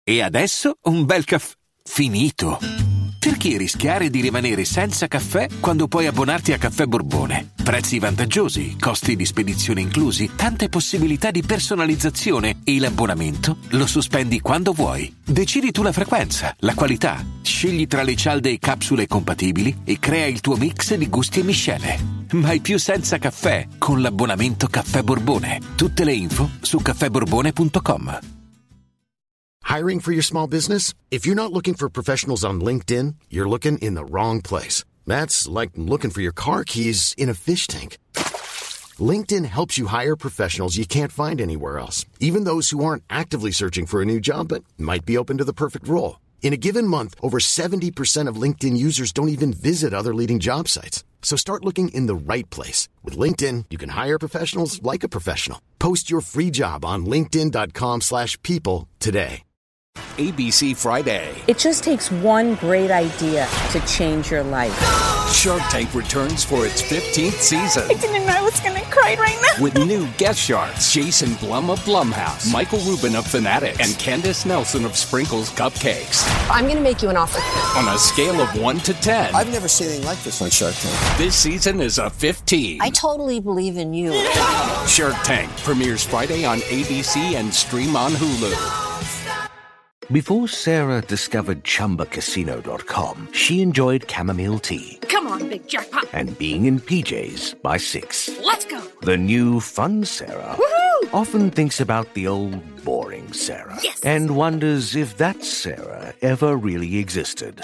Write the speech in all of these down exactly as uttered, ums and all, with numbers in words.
E adesso un bel caffè finito. Perché rischiare di rimanere senza caffè quando puoi abbonarti a Caffè Borbone? Prezzi vantaggiosi, costi di spedizione inclusi, tante possibilità di personalizzazione e l'abbonamento lo sospendi quando vuoi. Decidi tu la frequenza, la qualità, scegli tra le cialde e capsule compatibili e crea il tuo mix di gusti e miscele. Mai più senza caffè con l'abbonamento Caffè Borbone. Tutte le info su caffè borbone punto com. Hiring for your small business? If you're not looking for professionals on LinkedIn, you're looking in the wrong place. That's like looking for your car keys in a fish tank. LinkedIn helps you hire professionals you can't find anywhere else, even those who aren't actively searching for a new job but might be open to the perfect role. In a given month, over seventy percent of LinkedIn users don't even visit other leading job sites. So start looking in the right place. With LinkedIn, you can hire professionals like a professional. Post your free job on linkedin dot com slash people today. A B C Friday. It just takes one great idea to change your life. Shark Tank returns for its fifteenth season. I didn't know I was going to cry right now. With new guest sharks, Jason Blum of Blumhouse, Michael Rubin of Fanatics, and Candace Nelson of Sprinkles Cupcakes. I'm going to make you an offer. On a scale of one to ten. I've never seen anything like this on Shark Tank. This season is a fifteen. I totally believe in you. Shark Tank premieres Friday on A B C and stream on Hulu. Before Sarah discovered Chumba Casino dot com, she enjoyed chamomile tea. Come on, big jackpot. And being in P Js by six. Let's go. The new fun Sarah Woohoo! often thinks about the old boring Sarah. Yes. And wonders if that Sarah ever really existed.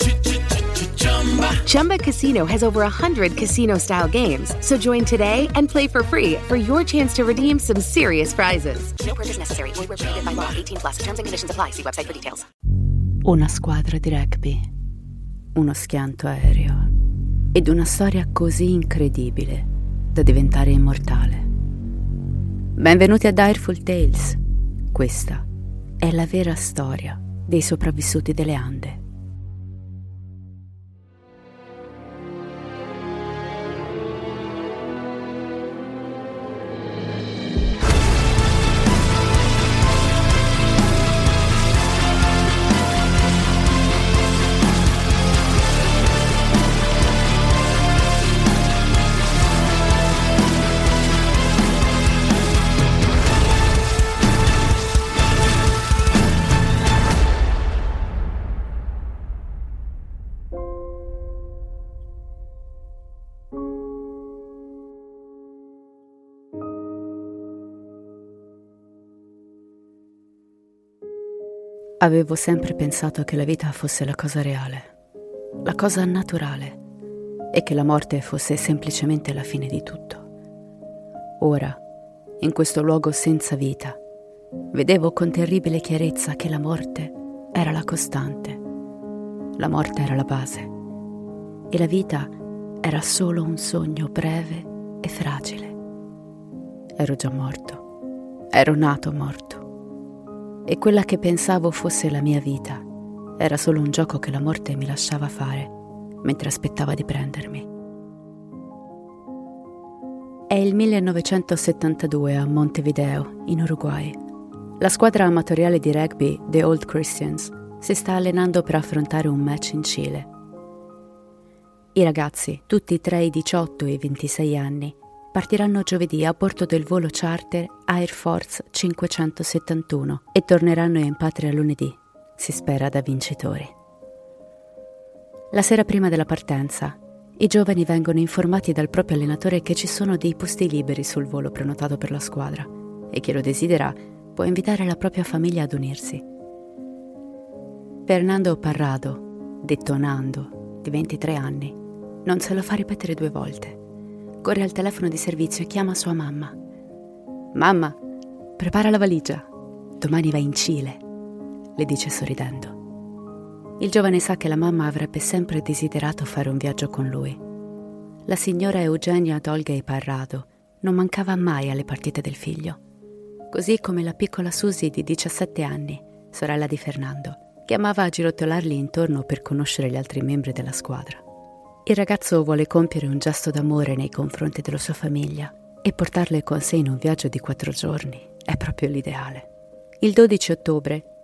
Chumba Casino has over one hundred casino-style games. So join today and play for free for your chance to redeem some serious prizes. No purchase necessary. Void where prohibited by law. eighteen plus. Terms and conditions apply. See website for details. Una squadra di rugby, uno schianto aereo ed una storia così incredibile da diventare immortale. Benvenuti a Direful Tales. Questa è la vera storia dei sopravvissuti delle Ande. Avevo sempre pensato che la vita fosse la cosa reale, la cosa naturale, e che la morte fosse semplicemente la fine di tutto. Ora, in questo luogo senza vita, vedevo con terribile chiarezza che la morte era la costante. La morte era la base, e la vita era solo un sogno breve e fragile. Ero già morto, ero nato morto. E quella che pensavo fosse la mia vita era solo un gioco che la morte mi lasciava fare mentre aspettava di prendermi. È il millenovecentosettantadue a Montevideo, in Uruguay. La squadra amatoriale di rugby The Old Christians si sta allenando per affrontare un match in Cile. I ragazzi, tutti tra i diciotto e i ventisei anni, partiranno giovedì a bordo del volo charter Air Force cinquecentosettantuno e torneranno in patria lunedì, si spera da vincitori. La sera prima della partenza, i giovani vengono informati dal proprio allenatore che ci sono dei posti liberi sul volo prenotato per la squadra e chi lo desidera può invitare la propria famiglia ad unirsi. Fernando Parrado, detto Nando, di ventitré anni, non se lo fa ripetere due volte. Corre al telefono di servizio e chiama sua mamma. «Mamma, prepara la valigia. Domani vai in Cile», le dice sorridendo. Il giovane sa che la mamma avrebbe sempre desiderato fare un viaggio con lui. La signora Eugenia Dolgay Parrado non mancava mai alle partite del figlio, così come la piccola Susie di diciassette anni, sorella di Fernando, che amava girotolarli intorno per conoscere gli altri membri della squadra. Il ragazzo vuole compiere un gesto d'amore nei confronti della sua famiglia e portarle con sé in un viaggio di quattro giorni è proprio l'ideale. Il dodici ottobre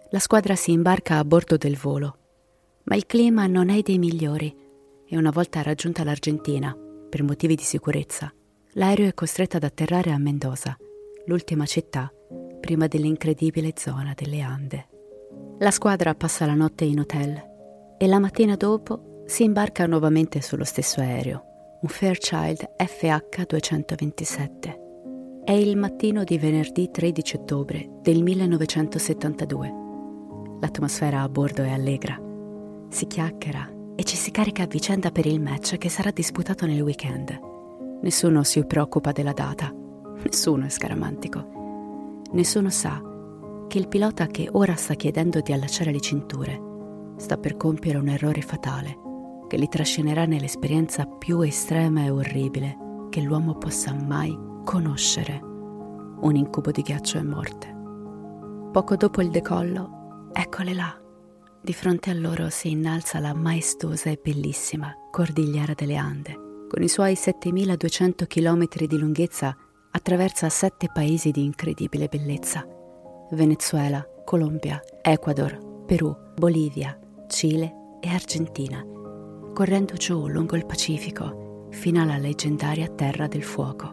La squadra si imbarca a bordo del volo, ma il clima non è dei migliori e una volta raggiunta l'Argentina, per motivi di sicurezza, l'aereo è costretto ad atterrare a Mendoza, l'ultima città prima dell'incredibile zona delle Ande. La squadra passa la notte in hotel e la mattina dopo si imbarca nuovamente sullo stesso aereo, un Fairchild F H duecentoventisette. È il mattino di venerdì tredici ottobre del millenovecentosettantadue. L'atmosfera a bordo è allegra. Si chiacchiera e ci si carica a vicenda per il match che sarà disputato nel weekend. Nessuno si preoccupa della data, nessuno è scaramantico. Nessuno sa che il pilota che ora sta chiedendo di allacciare le cinture sta per compiere un errore fatale che li trascinerà nell'esperienza più estrema e orribile che l'uomo possa mai conoscere, un incubo di ghiaccio e morte. Poco dopo il decollo, eccole là. Di fronte a loro si innalza la maestosa e bellissima Cordigliera delle Ande. Con i suoi settemiladuecento chilometri di lunghezza attraversa sette paesi di incredibile bellezza: Venezuela, Colombia, Ecuador, Perù, Bolivia, Cile e Argentina, correndo giù lungo il Pacifico fino alla leggendaria Terra del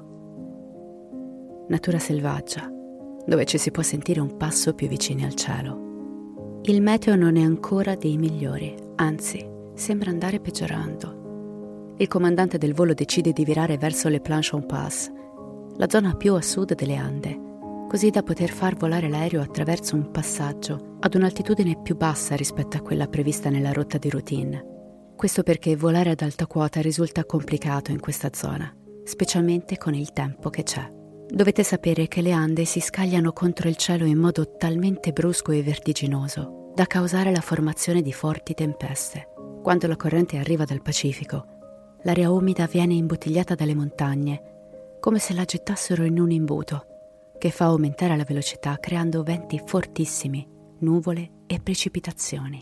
Fuoco. Natura selvaggia, dove ci si può sentire un passo più vicini al cielo. Il meteo non è ancora dei migliori, anzi, sembra andare peggiorando. Il comandante del volo decide di virare verso le Planchon Pass, la zona più a sud delle Ande, così da poter far volare l'aereo attraverso un passaggio ad un'altitudine più bassa rispetto a quella prevista nella rotta di routine. Questo perché volare ad alta quota risulta complicato in questa zona, specialmente con il tempo che c'è. Dovete sapere che le Ande si scagliano contro il cielo in modo talmente brusco e vertiginoso da causare la formazione di forti tempeste. Quando la corrente arriva dal Pacifico, l'aria umida viene imbottigliata dalle montagne, come se la gettassero in un imbuto, che fa aumentare la velocità creando venti fortissimi, nuvole e precipitazioni.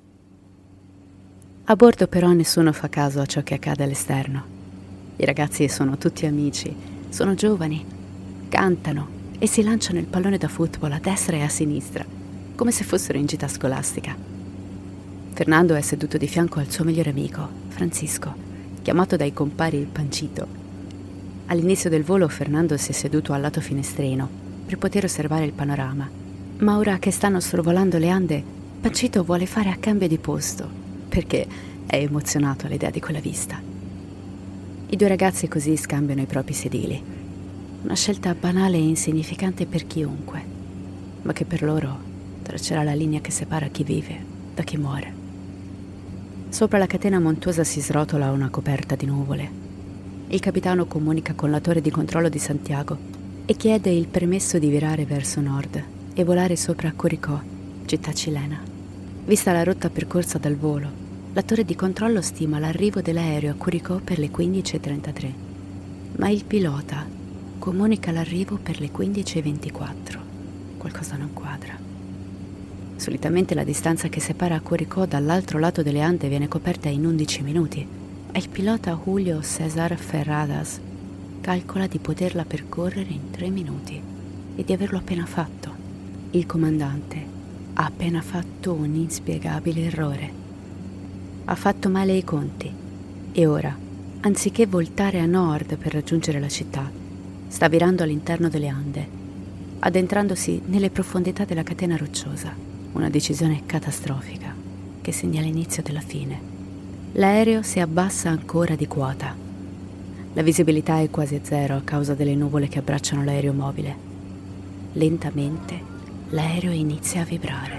A bordo però nessuno fa caso a ciò che accade all'esterno. I ragazzi sono tutti amici, sono giovani, cantano e si lanciano il pallone da football a destra e a sinistra, come se fossero in gita scolastica. Fernando è seduto di fianco al suo migliore amico, Francisco, chiamato dai compari il Pancito. All'inizio del volo Fernando si è seduto al lato finestrino per poter osservare il panorama, ma ora che stanno sorvolando le Ande, Pancito vuole fare a cambio di posto, perché è emozionato all'idea di quella vista. I due ragazzi così scambiano i propri sedili. Una scelta banale e insignificante per chiunque, ma che per loro traccerà la linea che separa chi vive da chi muore. Sopra la catena montuosa si srotola una coperta di nuvole. Il capitano comunica con la torre di controllo di Santiago e chiede il permesso di virare verso nord e volare sopra Curicó, città cilena. Vista la rotta percorsa dal volo, la torre di controllo stima l'arrivo dell'aereo a Curicó per le quindici e trentatré, ma il pilota comunica l'arrivo per le quindici e ventiquattro. Qualcosa non quadra. Solitamente la distanza che separa Curicó dall'altro lato delle Ande viene coperta in undici minuti e il pilota Julio César Ferradas calcola di poterla percorrere in tre minuti e di averlo appena fatto. Il comandante ha appena fatto un inspiegabile errore. Ha fatto male i conti e ora, anziché voltare a nord per raggiungere la città, sta virando all'interno delle Ande, addentrandosi nelle profondità della catena rocciosa. Una decisione catastrofica che segna l'inizio della fine. L'aereo si abbassa ancora di quota. La visibilità è quasi a zero a causa delle nuvole che abbracciano l'aereo mobile. Lentamente l'aereo inizia a vibrare.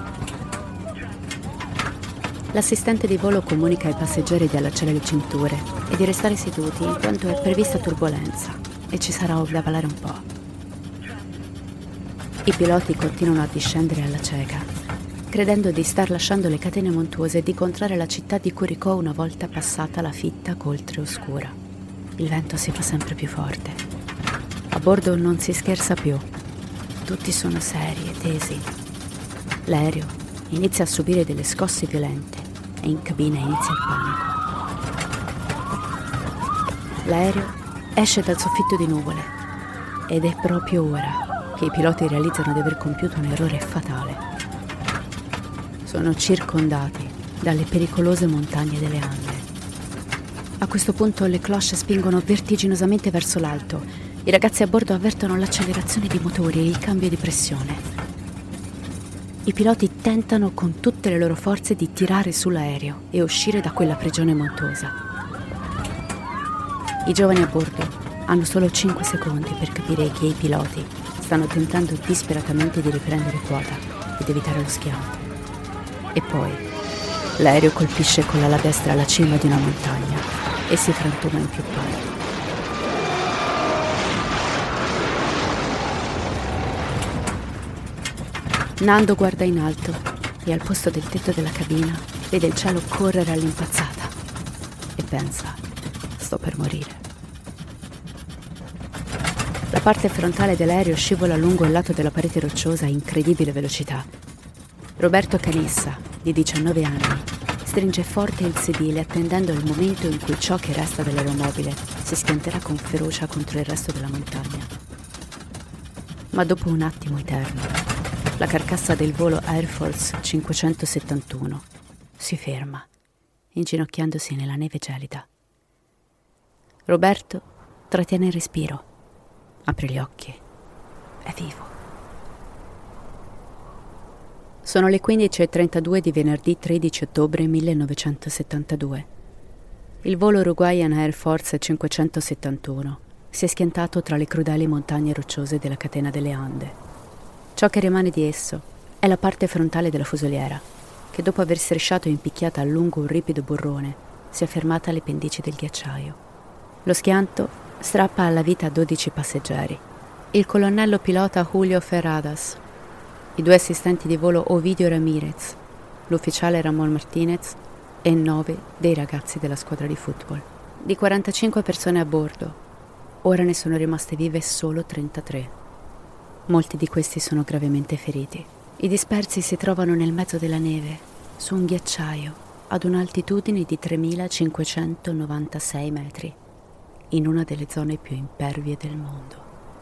L'assistente di volo comunica ai passeggeri di allacciare le cinture e di restare seduti in quanto è prevista turbolenza e ci sarà da ballare un po'. I piloti continuano a discendere alla cieca, credendo di star lasciando le catene montuose e di incontrare la città di Curicó una volta passata la fitta coltre oscura. Il vento si fa sempre più forte. A bordo non si scherza più. Tutti sono seri e tesi. L'aereo inizia a subire delle scosse violente e in cabina inizia il panico. L'aereo esce dal soffitto di nuvole ed è proprio ora che i piloti realizzano di aver compiuto un errore fatale. Sono circondati dalle pericolose montagne delle Ande. A questo punto le cloche spingono vertiginosamente verso l'alto. I ragazzi a bordo avvertono l'accelerazione di motori e il cambio di pressione. I piloti tentano con tutte le loro forze di tirare sull'aereo e uscire da quella prigione montuosa. I giovani a bordo hanno solo cinque secondi per capire che i piloti stanno tentando disperatamente di riprendere quota ed evitare lo schianto. E poi l'aereo colpisce con l'ala destra la cima di una montagna e si frantuma in più parti. Nando guarda in alto e al posto del tetto della cabina vede il cielo correre all'impazzata e pensa: sto per morire. La parte frontale dell'aereo scivola lungo il lato della parete rocciosa a incredibile velocità. Roberto Canessa, di diciannove anni, stringe forte il sedile attendendo il momento in cui ciò che resta dell'aeromobile si schianterà con ferocia contro il resto della montagna. Ma dopo un attimo eterno, la carcassa del volo Air Force cinquecentosettantuno si ferma, inginocchiandosi nella neve gelida. Roberto trattiene il respiro, apre gli occhi, è vivo. Sono le quindici e trentadue di venerdì tredici ottobre millenovecentosettantadue. Il volo Uruguayan Air Force cinquecentosettantuno si è schiantato tra le crudeli montagne rocciose della catena delle Ande. Ciò che rimane di esso è la parte frontale della fusoliera, che dopo aver strisciato e impicchiata lungo un ripido burrone si è fermata alle pendici del ghiacciaio. Lo schianto strappa alla vita dodici passeggeri: il colonnello pilota Julio Ferradas, i due assistenti di volo Ovidio Ramirez, l'ufficiale Ramon Martinez e nove dei ragazzi della squadra di football. Di quarantacinque persone a bordo, ora ne sono rimaste vive solo trentatré. Molti di questi sono gravemente feriti. I dispersi si trovano nel mezzo della neve, su un ghiacciaio, ad un'altitudine di tremilacinquecentonovantasei metri, in una delle zone più impervie del mondo.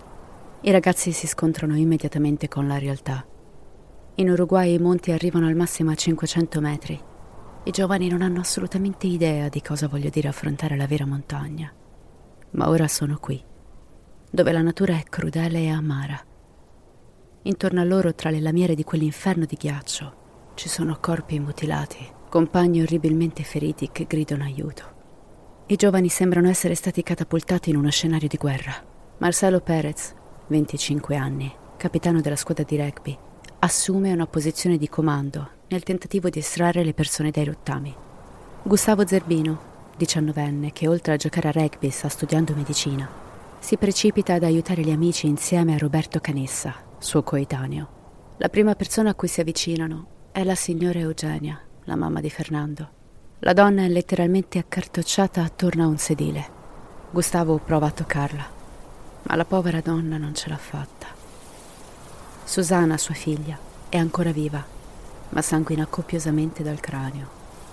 I ragazzi si scontrano immediatamente con la realtà. In Uruguay i monti arrivano al massimo a cinquecento metri. I giovani non hanno assolutamente idea di cosa voglia dire affrontare la vera montagna. Ma ora sono qui, dove la natura è crudele e amara. Intorno a loro, tra le lamiere di quell'inferno di ghiaccio, ci sono corpi mutilati, compagni orribilmente feriti che gridano aiuto. I giovani sembrano essere stati catapultati in uno scenario di guerra. Marcelo Perez, venticinque anni, capitano della squadra di rugby, assume una posizione di comando nel tentativo di estrarre le persone dai rottami. Gustavo Zerbino, diciannovenne, che oltre a giocare a rugby sta studiando medicina, si precipita ad aiutare gli amici insieme a Roberto Canessa, suo coetaneo. La prima persona a cui si avvicinano è la signora Eugenia, la mamma di Fernando. La donna è letteralmente accartocciata attorno a un sedile. Gustavo prova a toccarla, ma la povera donna non ce l'ha fatta. Susana, sua figlia, è ancora viva, ma sanguina copiosamente dal cranio.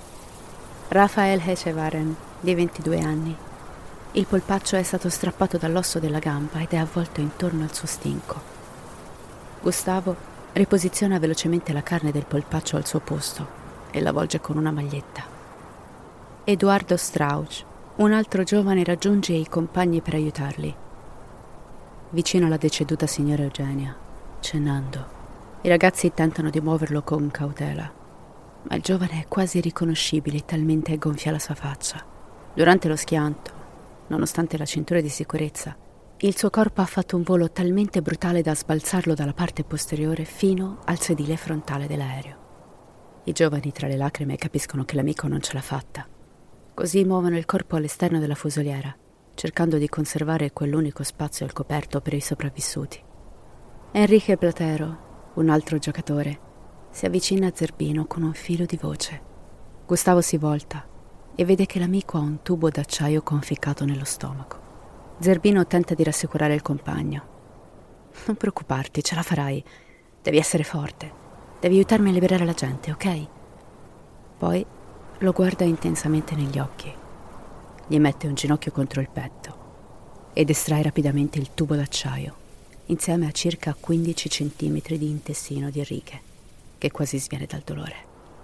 Rafael Hechevaren, di ventidue anni. Il polpaccio è stato strappato dall'osso della gamba ed è avvolto intorno al suo stinco. Gustavo riposiziona velocemente la carne del polpaccio al suo posto e la avvolge con una maglietta. Edoardo Strauch, un altro giovane, raggiunge i compagni per aiutarli. Vicino alla deceduta signora Eugenia c'è Nando. I ragazzi tentano di muoverlo con cautela, ma il giovane è quasi irriconoscibile, talmente è gonfia la sua faccia. Durante lo schianto, nonostante la cintura di sicurezza, il suo corpo ha fatto un volo talmente brutale da sbalzarlo dalla parte posteriore fino al sedile frontale dell'aereo. I giovani, tra le lacrime, capiscono che l'amico non ce l'ha fatta. Così muovono il corpo all'esterno della fusoliera, cercando di conservare quell'unico spazio al coperto per i sopravvissuti. Enrique Platero, un altro giocatore, si avvicina a Zerbino con un filo di voce. Gustavo si volta e vede che l'amico ha un tubo d'acciaio conficcato nello stomaco. Zerbino tenta di rassicurare il compagno. Non preoccuparti, ce la farai. Devi essere forte. Devi aiutarmi a liberare la gente, ok? Poi lo guarda intensamente negli occhi. Gli mette un ginocchio contro il petto ed estrae rapidamente il tubo d'acciaio, insieme a circa quindici centimetri di intestino di Enrique, che quasi sviene dal dolore.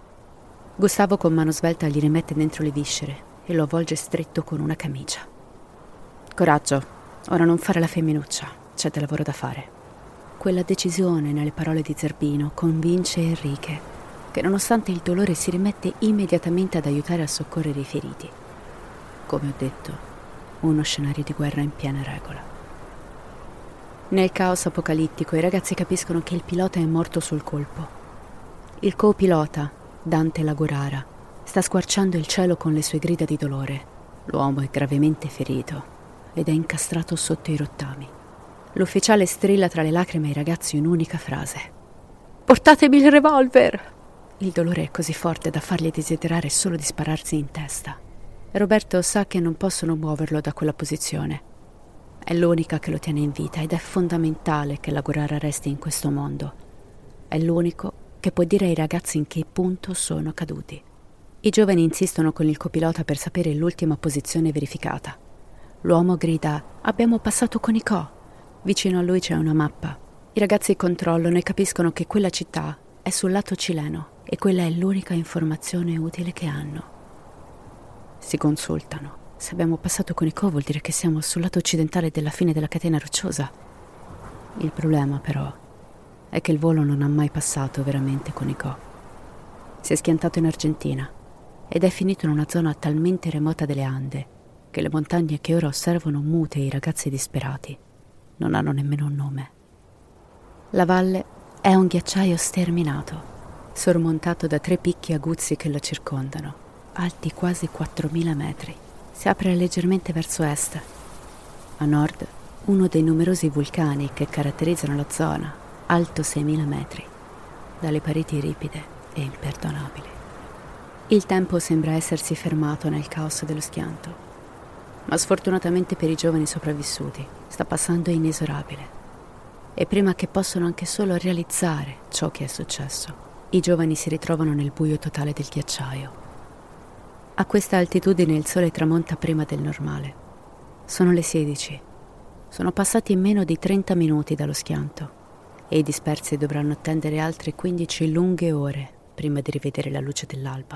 Gustavo con mano svelta gli rimette dentro le viscere e lo avvolge stretto con una camicia. Coraggio, ora non fare la femminuccia, c'è del lavoro da fare. Quella decisione nelle parole di Zerbino convince Enrique, che nonostante il dolore si rimette immediatamente ad aiutare a soccorrere i feriti. Come ho detto, uno scenario di guerra in piena regola. Nel caos apocalittico i ragazzi capiscono che il pilota è morto sul colpo. Il co-pilota, Dante Lagorara, sta squarciando il cielo con le sue grida di dolore. L'uomo è gravemente ferito ed è incastrato sotto i rottami. L'ufficiale strilla tra le lacrime ai ragazzi un'unica frase: «Portatemi il revolver!» Il dolore è così forte da fargli desiderare solo di spararsi in testa. Roberto sa che non possono muoverlo da quella posizione. È l'unica che lo tiene in vita ed è fondamentale che Lagorara resti in questo mondo. È l'unico che può dire ai ragazzi in che punto sono caduti. I giovani insistono con il copilota per sapere l'ultima posizione verificata. L'uomo grida: «Abbiamo passato con i Co». Vicino a lui c'è una mappa. I ragazzi controllano e capiscono che quella città è sul lato cileno e quella è l'unica informazione utile che hanno. Si consultano. Se abbiamo passato con i Co vuol dire che siamo sul lato occidentale della fine della catena rocciosa. Il problema però è che il volo non ha mai passato veramente con i Co. Si è schiantato in Argentina ed è finito in una zona talmente remota delle Ande che le montagne che ora osservano mute i ragazzi disperati non hanno nemmeno un nome. La valle è un ghiacciaio sterminato, sormontato da tre picchi aguzzi che lo circondano, alti quasi quattromila metri. Si apre leggermente verso est. A nord, uno dei numerosi vulcani che caratterizzano la zona, alto seimila metri, dalle pareti ripide e imperdonabili. Il tempo sembra essersi fermato nel caos dello schianto, ma sfortunatamente per i giovani sopravvissuti sta passando inesorabile. E prima che possano anche solo realizzare ciò che è successo, i giovani si ritrovano nel buio totale del ghiacciaio. A questa altitudine il sole tramonta prima del normale. Sono le sedici. Sono passati meno di trenta minuti dallo schianto e i dispersi dovranno attendere altre quindici lunghe ore prima di rivedere la luce dell'alba.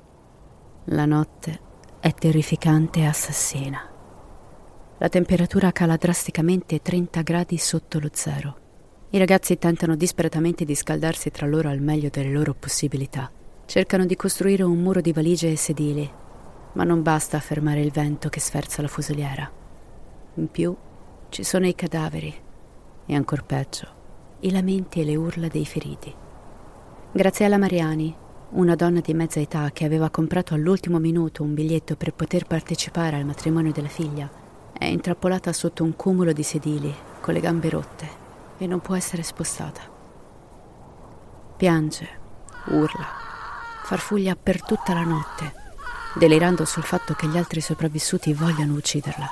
La notte è terrificante e assassina. La temperatura cala drasticamente trenta gradi sotto lo zero. I ragazzi tentano disperatamente di scaldarsi tra loro al meglio delle loro possibilità. Cercano di costruire un muro di valigie e sedili, ma non basta a fermare il vento che sferza la fusoliera. In più ci sono i cadaveri e, ancor peggio, i lamenti e le urla dei feriti. Graziella Mariani, una donna di mezza età che aveva comprato all'ultimo minuto un biglietto per poter partecipare al matrimonio della figlia, è intrappolata sotto un cumulo di sedili con le gambe rotte e non può essere spostata. Piange, urla, farfuglia per tutta la notte, delirando sul fatto che gli altri sopravvissuti vogliano ucciderla.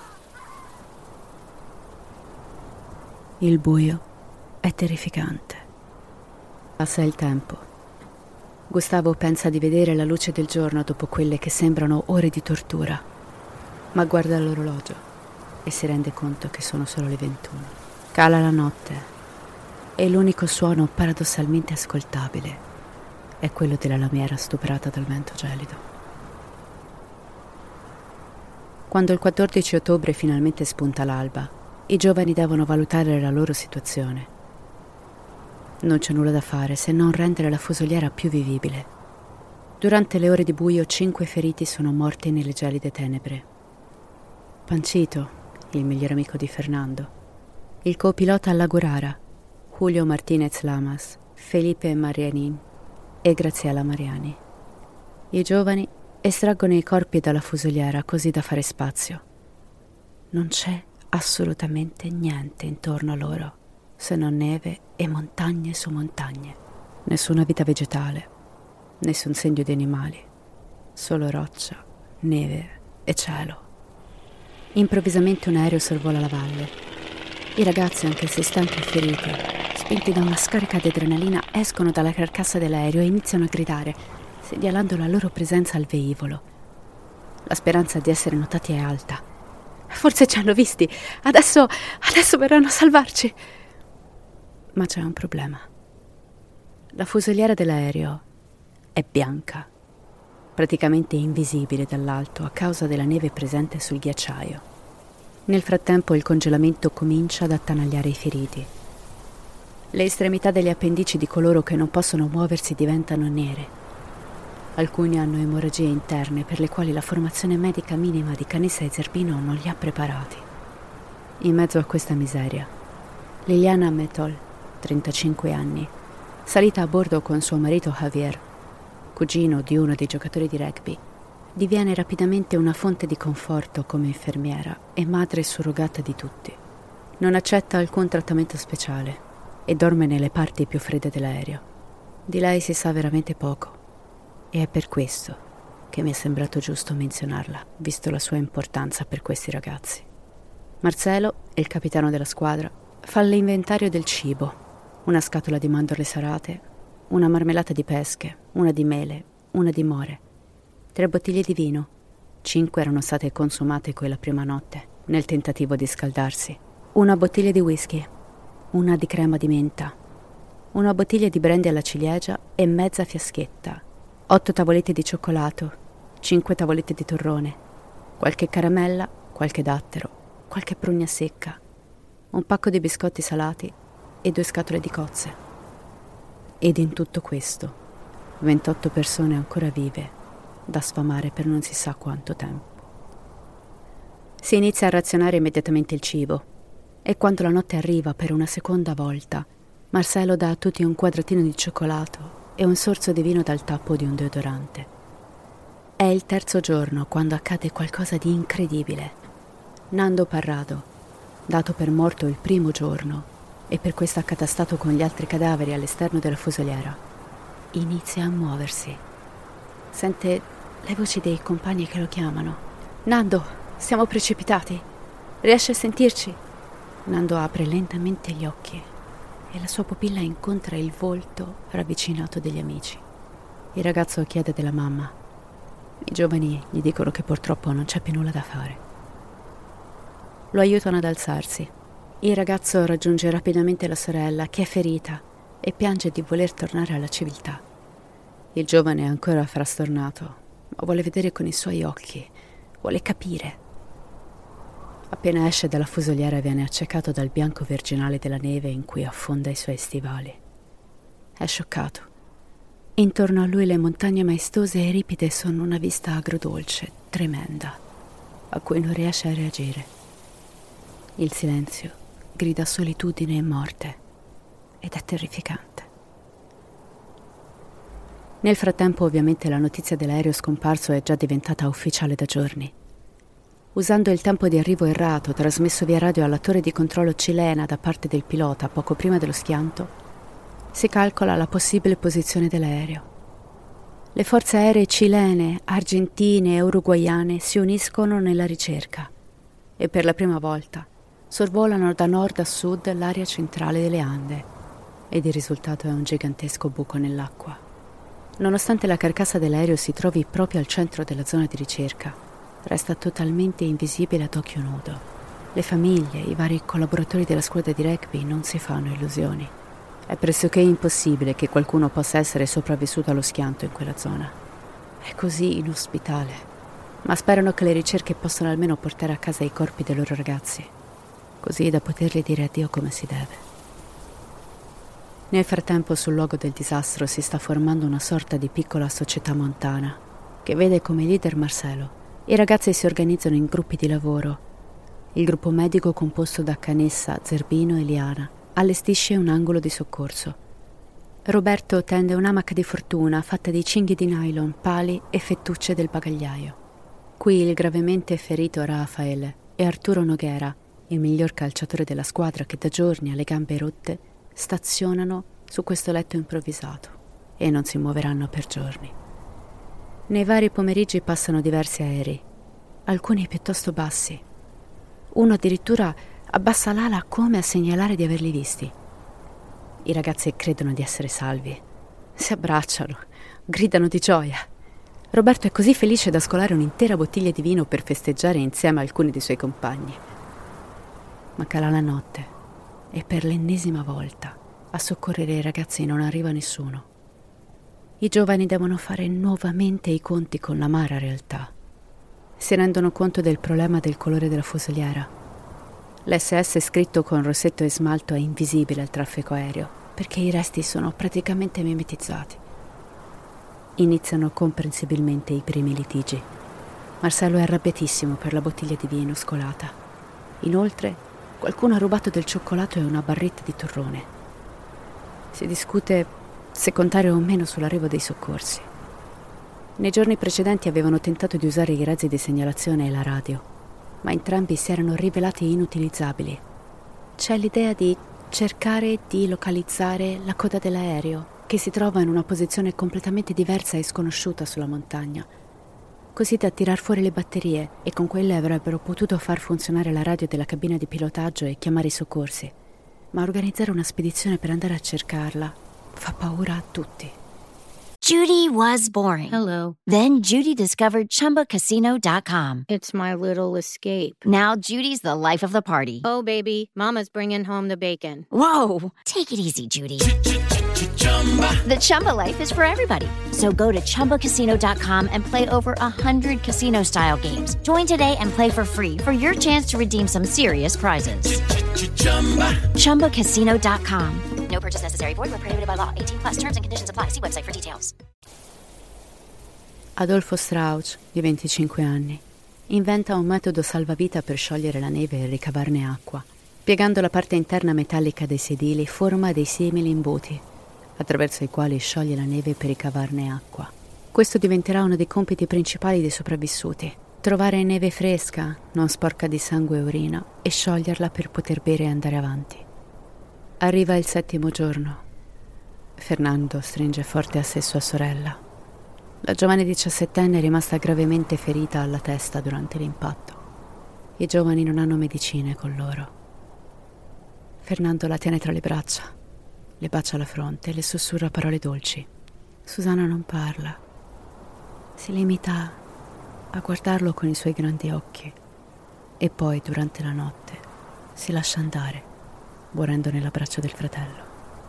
Il buio è terrificante. Passa il tempo. Gustavo pensa di vedere la luce del giorno dopo quelle che sembrano ore di tortura, ma guarda l'orologio e si rende conto che sono solo le ventuno. Cala la notte e l'unico suono paradossalmente ascoltabile è quello della lamiera stuprata dal vento gelido. Quando il quattordici ottobre finalmente spunta l'alba, i giovani devono valutare la loro situazione. Non c'è nulla da fare se non rendere la fusoliera più vivibile. Durante le ore di buio cinque feriti sono morti nelle gelide tenebre. Pancito, il migliore amico di Fernando, il copilota Lagorara, Julio Martinez Lamas, Felipe Marianin e Graziella Mariani. I giovani estraggono i corpi dalla fusoliera così da fare spazio. Non c'è assolutamente niente intorno a loro, se non neve e montagne su montagne. Nessuna vita vegetale, nessun segno di animali, solo roccia, neve e cielo. Improvvisamente un aereo sorvola la valle. I ragazzi, anche se stanchi e feriti, spinti da una scarica di adrenalina, escono dalla carcassa dell'aereo e iniziano a gridare, segnalando la loro presenza al velivolo. La speranza di essere notati è alta. Forse ci hanno visti. Adesso, adesso verranno a salvarci. Ma c'è un problema. La fusoliera dell'aereo è bianca, praticamente invisibile dall'alto a causa della neve presente sul ghiacciaio. Nel frattempo il congelamento comincia ad attanagliare i feriti. Le estremità degli appendici di coloro che non possono muoversi diventano nere. Alcuni hanno emorragie interne per le quali la formazione medica minima di Canessa e Zerbino non li ha preparati. In mezzo a questa miseria, Liliana Metol, trentacinque anni, salita a bordo con suo marito Javier, cugino di uno dei giocatori di rugby, diviene rapidamente una fonte di conforto come infermiera e madre surrogata di tutti. Non accetta alcun trattamento speciale e dorme nelle parti più fredde dell'aereo. Di lei si sa veramente poco e è per questo che mi è sembrato giusto menzionarla, visto la sua importanza per questi ragazzi. Marcelo, il capitano della squadra, fa l'inventario del cibo: una scatola di mandorle salate, una marmellata di pesche, una di mele, una di more, tre bottiglie di vino. Cinque erano state consumate quella prima notte, nel tentativo di scaldarsi. Una bottiglia di whisky, una di crema di menta, una bottiglia di brandy alla ciliegia e mezza fiaschetta, otto tavolette di cioccolato, cinque tavolette di torrone, qualche caramella, qualche dattero, qualche prugna secca, un pacco di biscotti salati e due scatole di cozze. Ed in tutto questo, ventotto persone ancora vive, da sfamare per non si sa quanto tempo. Si inizia a razionare immediatamente il cibo e quando la notte arriva per una seconda volta, Marcelo dà a tutti un quadratino di cioccolato e un sorso di vino dal tappo di un deodorante. È il terzo giorno quando accade qualcosa di incredibile. Nando Parrado, dato per morto il primo giorno e per questo accatastato con gli altri cadaveri all'esterno della fusoliera, inizia a muoversi. Sente le voci dei compagni che lo chiamano. Nando, siamo precipitati. Riesci a sentirci? Nando apre lentamente gli occhi e la sua pupilla incontra il volto ravvicinato degli amici. Il ragazzo chiede della mamma. I giovani gli dicono che purtroppo non c'è più nulla da fare. Lo aiutano ad alzarsi. Il ragazzo raggiunge rapidamente la sorella, che è ferita, e piange di voler tornare alla civiltà. Il giovane è ancora frastornato, ma vuole vedere con i suoi occhi, vuole capire. Appena esce dalla fusoliera viene accecato dal bianco virginale della neve in cui affonda i suoi stivali. È scioccato. Intorno a lui le montagne maestose e ripide sono una vista agrodolce, tremenda, a cui non riesce a reagire. Il silenzio grida solitudine e morte ed è terrificante. Nel frattempo, ovviamente, la notizia dell'aereo scomparso è già diventata ufficiale da giorni. Usando il tempo di arrivo errato trasmesso via radio alla torre di controllo cilena da parte del pilota poco prima dello schianto, si calcola la possibile posizione dell'aereo. Le forze aeree cilene, argentine e uruguaiane si uniscono nella ricerca e per la prima volta sorvolano da nord a sud l'area centrale delle Ande ed il risultato è un gigantesco buco nell'acqua. Nonostante la carcassa dell'aereo si trovi proprio al centro della zona di ricerca, resta totalmente invisibile ad occhio nudo. Le famiglie, i vari collaboratori della squadra di rugby non si fanno illusioni. È pressoché impossibile che qualcuno possa essere sopravvissuto allo schianto in quella zona. È così inospitale, ma sperano che le ricerche possano almeno portare a casa i corpi dei loro ragazzi, così da potergli dire addio come si deve. Nel frattempo, sul luogo del disastro si sta formando una sorta di piccola società montana che vede come leader Marcelo. I ragazzi si organizzano in gruppi di lavoro. Il gruppo medico, composto da Canessa, Zerbino e Liana, allestisce un angolo di soccorso. Roberto tende un'amaca di fortuna fatta di cinghie di nylon, pali e fettucce del bagagliaio. Qui il gravemente ferito Rafael e Arturo Noguera, il miglior calciatore della squadra che da giorni ha le gambe rotte, stazionano su questo letto improvvisato e non si muoveranno per giorni. Nei vari pomeriggi passano diversi aerei, alcuni piuttosto bassi. Uno addirittura abbassa l'ala come a segnalare di averli visti. I ragazzi credono di essere salvi. Si abbracciano, gridano di gioia. Roberto è così felice da scolare un'intera bottiglia di vino per festeggiare insieme a alcuni dei suoi compagni. Ma cala la notte e per l'ennesima volta a soccorrere i ragazzi non arriva nessuno. I giovani devono fare nuovamente i conti con l'amara realtà. Si rendono conto del problema del colore della fusoliera. L'esse esse scritto con rossetto e smalto è invisibile al traffico aereo, perché i resti sono praticamente mimetizzati. Iniziano comprensibilmente i primi litigi. Marcello è arrabbiatissimo per la bottiglia di vino scolata. Inoltre, qualcuno ha rubato del cioccolato e una barretta di torrone. Si discute se contare o meno sull'arrivo dei soccorsi. Nei giorni precedenti avevano tentato di usare i razzi di segnalazione e la radio, ma entrambi si erano rivelati inutilizzabili. C'è l'idea di cercare di localizzare la coda dell'aereo, che si trova in una posizione completamente diversa e sconosciuta sulla montagna, così da tirar fuori le batterie, e con quelle avrebbero potuto far funzionare la radio della cabina di pilotaggio e chiamare i soccorsi. Ma organizzare una spedizione per andare a cercarla fa paura a tutti. Judy was boring. Hello. Then Judy discovered Chumba Casino dot com. It's my little escape. Now Judy's the life of the party. Oh, baby, mama's bringing home the bacon. Whoa, take it easy, Judy. The Chumba life is for everybody. So go to Chumba Casino dot com and play over one hundred casino-style games. Join today and play for free for your chance to redeem some serious prizes. Chumba Casino dot com. No purchase necessary. Void where prohibited by law. eighteen plus. Terms and conditions apply. See website for details. Adolfo Strauch, di venticinque anni, inventa un metodo salvavita per sciogliere la neve e ricavarne acqua. Piegando la parte interna metallica dei sedili, forma dei simili imbuti, attraverso i quali scioglie la neve per ricavarne acqua. Questo diventerà uno dei compiti principali dei sopravvissuti: trovare neve fresca, non sporca di sangue e urina, e scioglierla per poter bere e andare avanti. Arriva il settimo giorno. Fernando stringe forte a sé sua sorella. La giovane diciassettenne è rimasta gravemente ferita alla testa durante l'impatto. I giovani non hanno medicine con loro. Fernando la tiene tra le braccia, le bacia alla fronte e le sussurra parole dolci. Susanna non parla. Si limita a guardarlo con i suoi grandi occhi e poi, durante la notte, si lascia andare, morendo nell'abbraccio del fratello.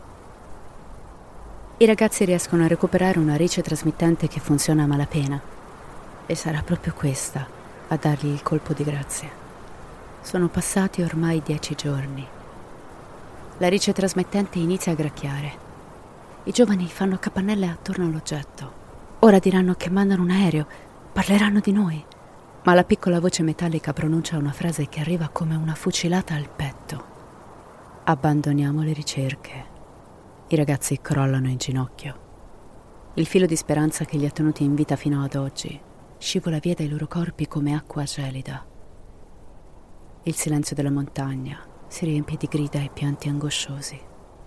I ragazzi riescono a recuperare una riccia trasmittente che funziona a malapena, e sarà proprio questa a dargli il colpo di grazia. Sono passati ormai dieci giorni. La riccia trasmettente inizia a gracchiare. I giovani fanno capannelle attorno all'oggetto. Ora diranno che mandano un aereo, parleranno di noi. Ma la piccola voce metallica pronuncia una frase che arriva come una fucilata al petto. Abbandoniamo le ricerche. I ragazzi crollano in ginocchio. Il filo di speranza che li ha tenuti in vita fino ad oggi scivola via dai loro corpi come acqua gelida. Il silenzio della montagna si riempie di grida e pianti angosciosi.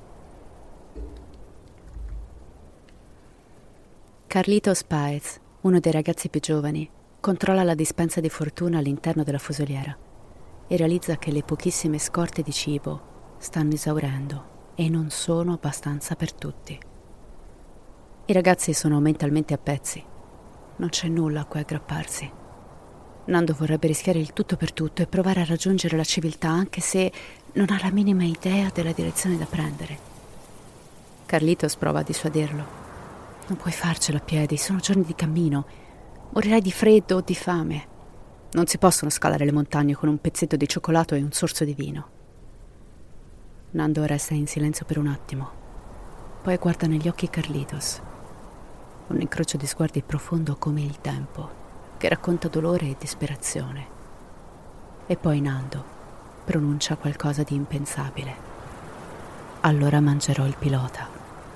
Carlitos Paez, uno dei ragazzi più giovani, controlla la dispensa di fortuna all'interno della fusoliera e realizza che le pochissime scorte di cibo stanno esaurendo e non sono abbastanza per tutti. I ragazzi sono mentalmente a pezzi. Non c'è nulla a cui aggrapparsi. Nando vorrebbe rischiare il tutto per tutto e provare a raggiungere la civiltà, anche se non ha la minima idea della direzione da prendere. Carlitos prova a dissuaderlo. Non puoi farcela a piedi, sono giorni di cammino. Morirai di freddo o di fame. Non si possono scalare le montagne con un pezzetto di cioccolato e un sorso di vino. Nando resta in silenzio per un attimo. Poi guarda negli occhi Carlitos. Un incrocio di sguardi profondo come il tempo, che racconta dolore e disperazione. E poi Nando pronuncia qualcosa di impensabile. Allora mangerò il pilota.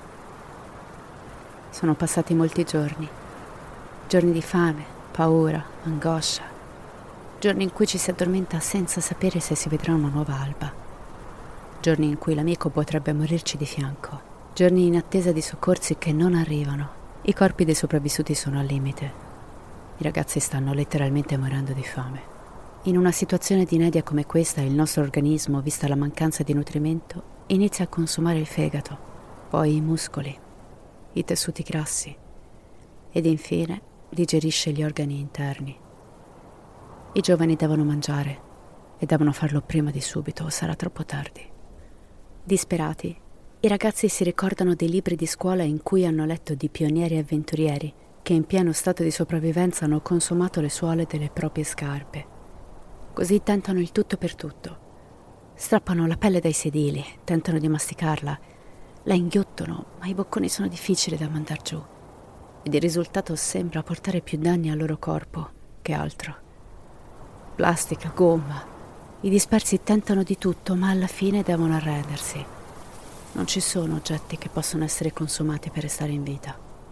Sono passati molti giorni. Giorni di fame, paura, angoscia. Giorni in cui ci si addormenta senza sapere se si vedrà una nuova alba. Giorni in cui l'amico potrebbe morirci di fianco. Giorni in attesa di soccorsi che non arrivano. I corpi dei sopravvissuti sono al limite. I ragazzi stanno letteralmente morendo di fame. In una situazione di inedia come questa, il nostro organismo, vista la mancanza di nutrimento, inizia a consumare il fegato, poi i muscoli, i tessuti grassi ed infine digerisce gli organi interni. I giovani devono mangiare e devono farlo prima di subito o sarà troppo tardi. Disperati, i I ragazzi si ricordano dei libri di scuola in cui hanno letto di pionieri avventurieri che in pieno stato di sopravvivenza hanno consumato le suole delle proprie scarpe. Così tentano il tutto per tutto. Strappano la pelle dai sedili, tentano di masticarla, la inghiottono, ma i bocconi sono difficili da mandar giù. Ed il risultato sembra portare più danni al loro corpo che altro. Plastica, gomma, i dispersi tentano di tutto, ma alla fine devono arrendersi. Non ci sono oggetti che possono essere consumati per restare in vita.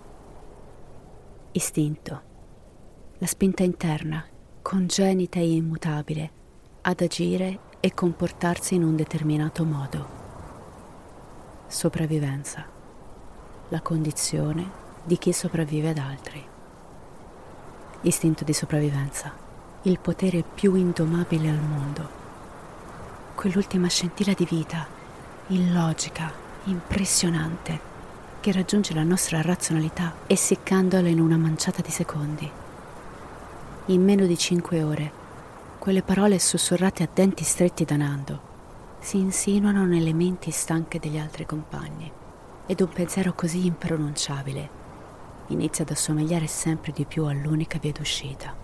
Istinto, la spinta interna, congenita e immutabile, ad agire e comportarsi in un determinato modo. Sopravvivenza, la condizione di chi sopravvive ad altri. Istinto di sopravvivenza, il potere più indomabile al mondo. Quell'ultima scintilla di vita, illogica, impressionante, che raggiunge la nostra razionalità essiccandola in una manciata di secondi. In meno di cinque ore, quelle parole sussurrate a denti stretti da Nando si insinuano nelle menti stanche degli altri compagni ed un pensiero così impronunciabile inizia ad assomigliare sempre di più all'unica via d'uscita.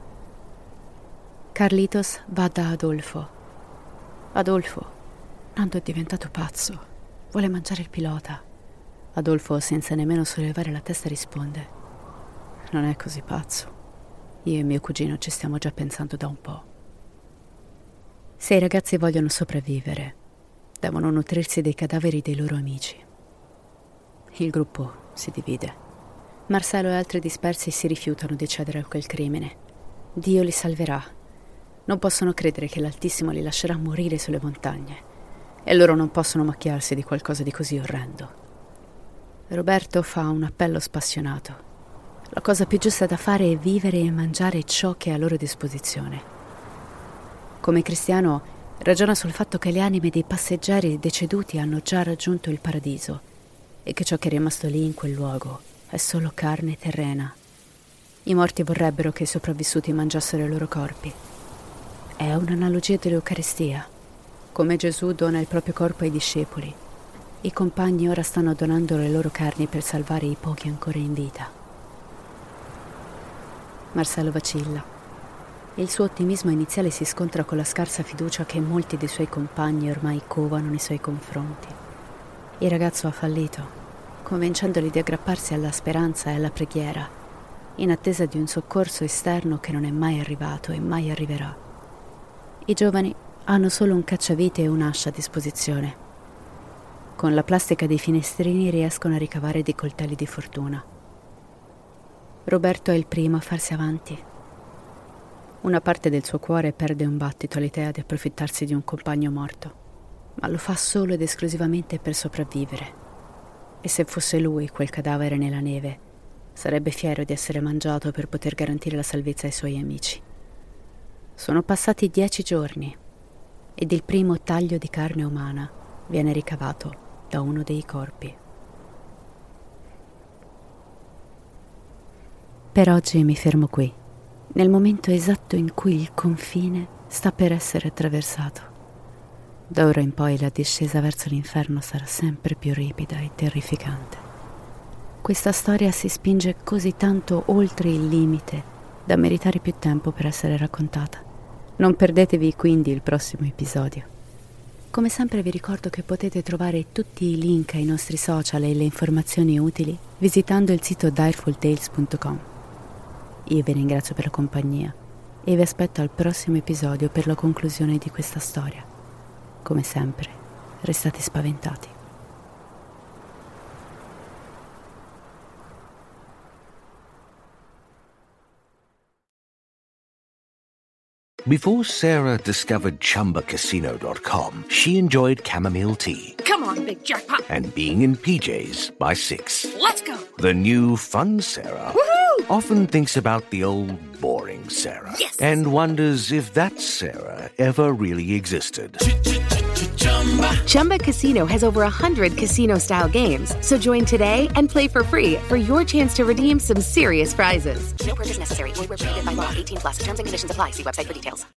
Carlitos va da Adolfo. Adolfo, Nando è diventato pazzo, vuole mangiare il pilota. Adolfo, senza nemmeno sollevare la testa, risponde: non è così pazzo. Io e mio cugino ci stiamo già pensando da un po'. Se i ragazzi vogliono sopravvivere, devono nutrirsi dei cadaveri dei loro amici. Il gruppo si divide. Marcello e altri dispersi si rifiutano di cedere a quel crimine. Dio li salverà. Non possono credere che l'Altissimo li lascerà morire sulle montagne e loro non possono macchiarsi di qualcosa di così orrendo. Roberto fa un appello spassionato. La cosa più giusta da fare è vivere e mangiare ciò che è a loro disposizione. Come cristiano, ragiona sul fatto che le anime dei passeggeri deceduti hanno già raggiunto il paradiso e che ciò che è rimasto lì in quel luogo è solo carne terrena. I morti vorrebbero che i sopravvissuti mangiassero i loro corpi. È un'analogia dell'Eucaristia. Come Gesù dona il proprio corpo ai discepoli, i compagni ora stanno donando le loro carni per salvare i pochi ancora in vita. Marcello vacilla. Il suo ottimismo iniziale si scontra con la scarsa fiducia che molti dei suoi compagni ormai covano nei suoi confronti. Il ragazzo ha fallito, convincendoli di aggrapparsi alla speranza e alla preghiera, in attesa di un soccorso esterno che non è mai arrivato e mai arriverà. I giovani hanno solo un cacciavite e un'ascia a disposizione. Con la plastica dei finestrini riescono a ricavare dei coltelli di fortuna. Roberto è il primo a farsi avanti. Una parte del suo cuore perde un battito all'idea di approfittarsi di un compagno morto, ma lo fa solo ed esclusivamente per sopravvivere. E se fosse lui quel cadavere nella neve, sarebbe fiero di essere mangiato per poter garantire la salvezza ai suoi amici. Sono passati dieci giorni ed il primo taglio di carne umana viene ricavato da uno dei corpi. Per oggi mi fermo qui, nel momento esatto in cui il confine sta per essere attraversato. Da ora in poi la discesa verso l'inferno sarà sempre più ripida e terrificante. Questa storia si spinge così tanto oltre il limite da meritare più tempo per essere raccontata. Non perdetevi quindi il prossimo episodio. Come sempre vi ricordo che potete trovare tutti i link ai nostri social e le informazioni utili visitando il sito direful tales punto com. Io vi ringrazio per la compagnia e vi aspetto al prossimo episodio per la conclusione di questa storia. Come sempre, restate spaventati. Before Sarah discovered Chumba Casino dot com, she enjoyed chamomile tea. Come on, big jackpot. And being in P Js by six. Let's go. The new fun Sarah Woohoo! often thinks about the old boring Sarah. Yes. And wonders if that Sarah ever really existed. Chumba Casino has over one hundred casino-style games. So join today and play for free for your chance to redeem some serious prizes. No purchase necessary. Void where prohibited by law. eighteen plus. Terms and conditions apply. See website for details.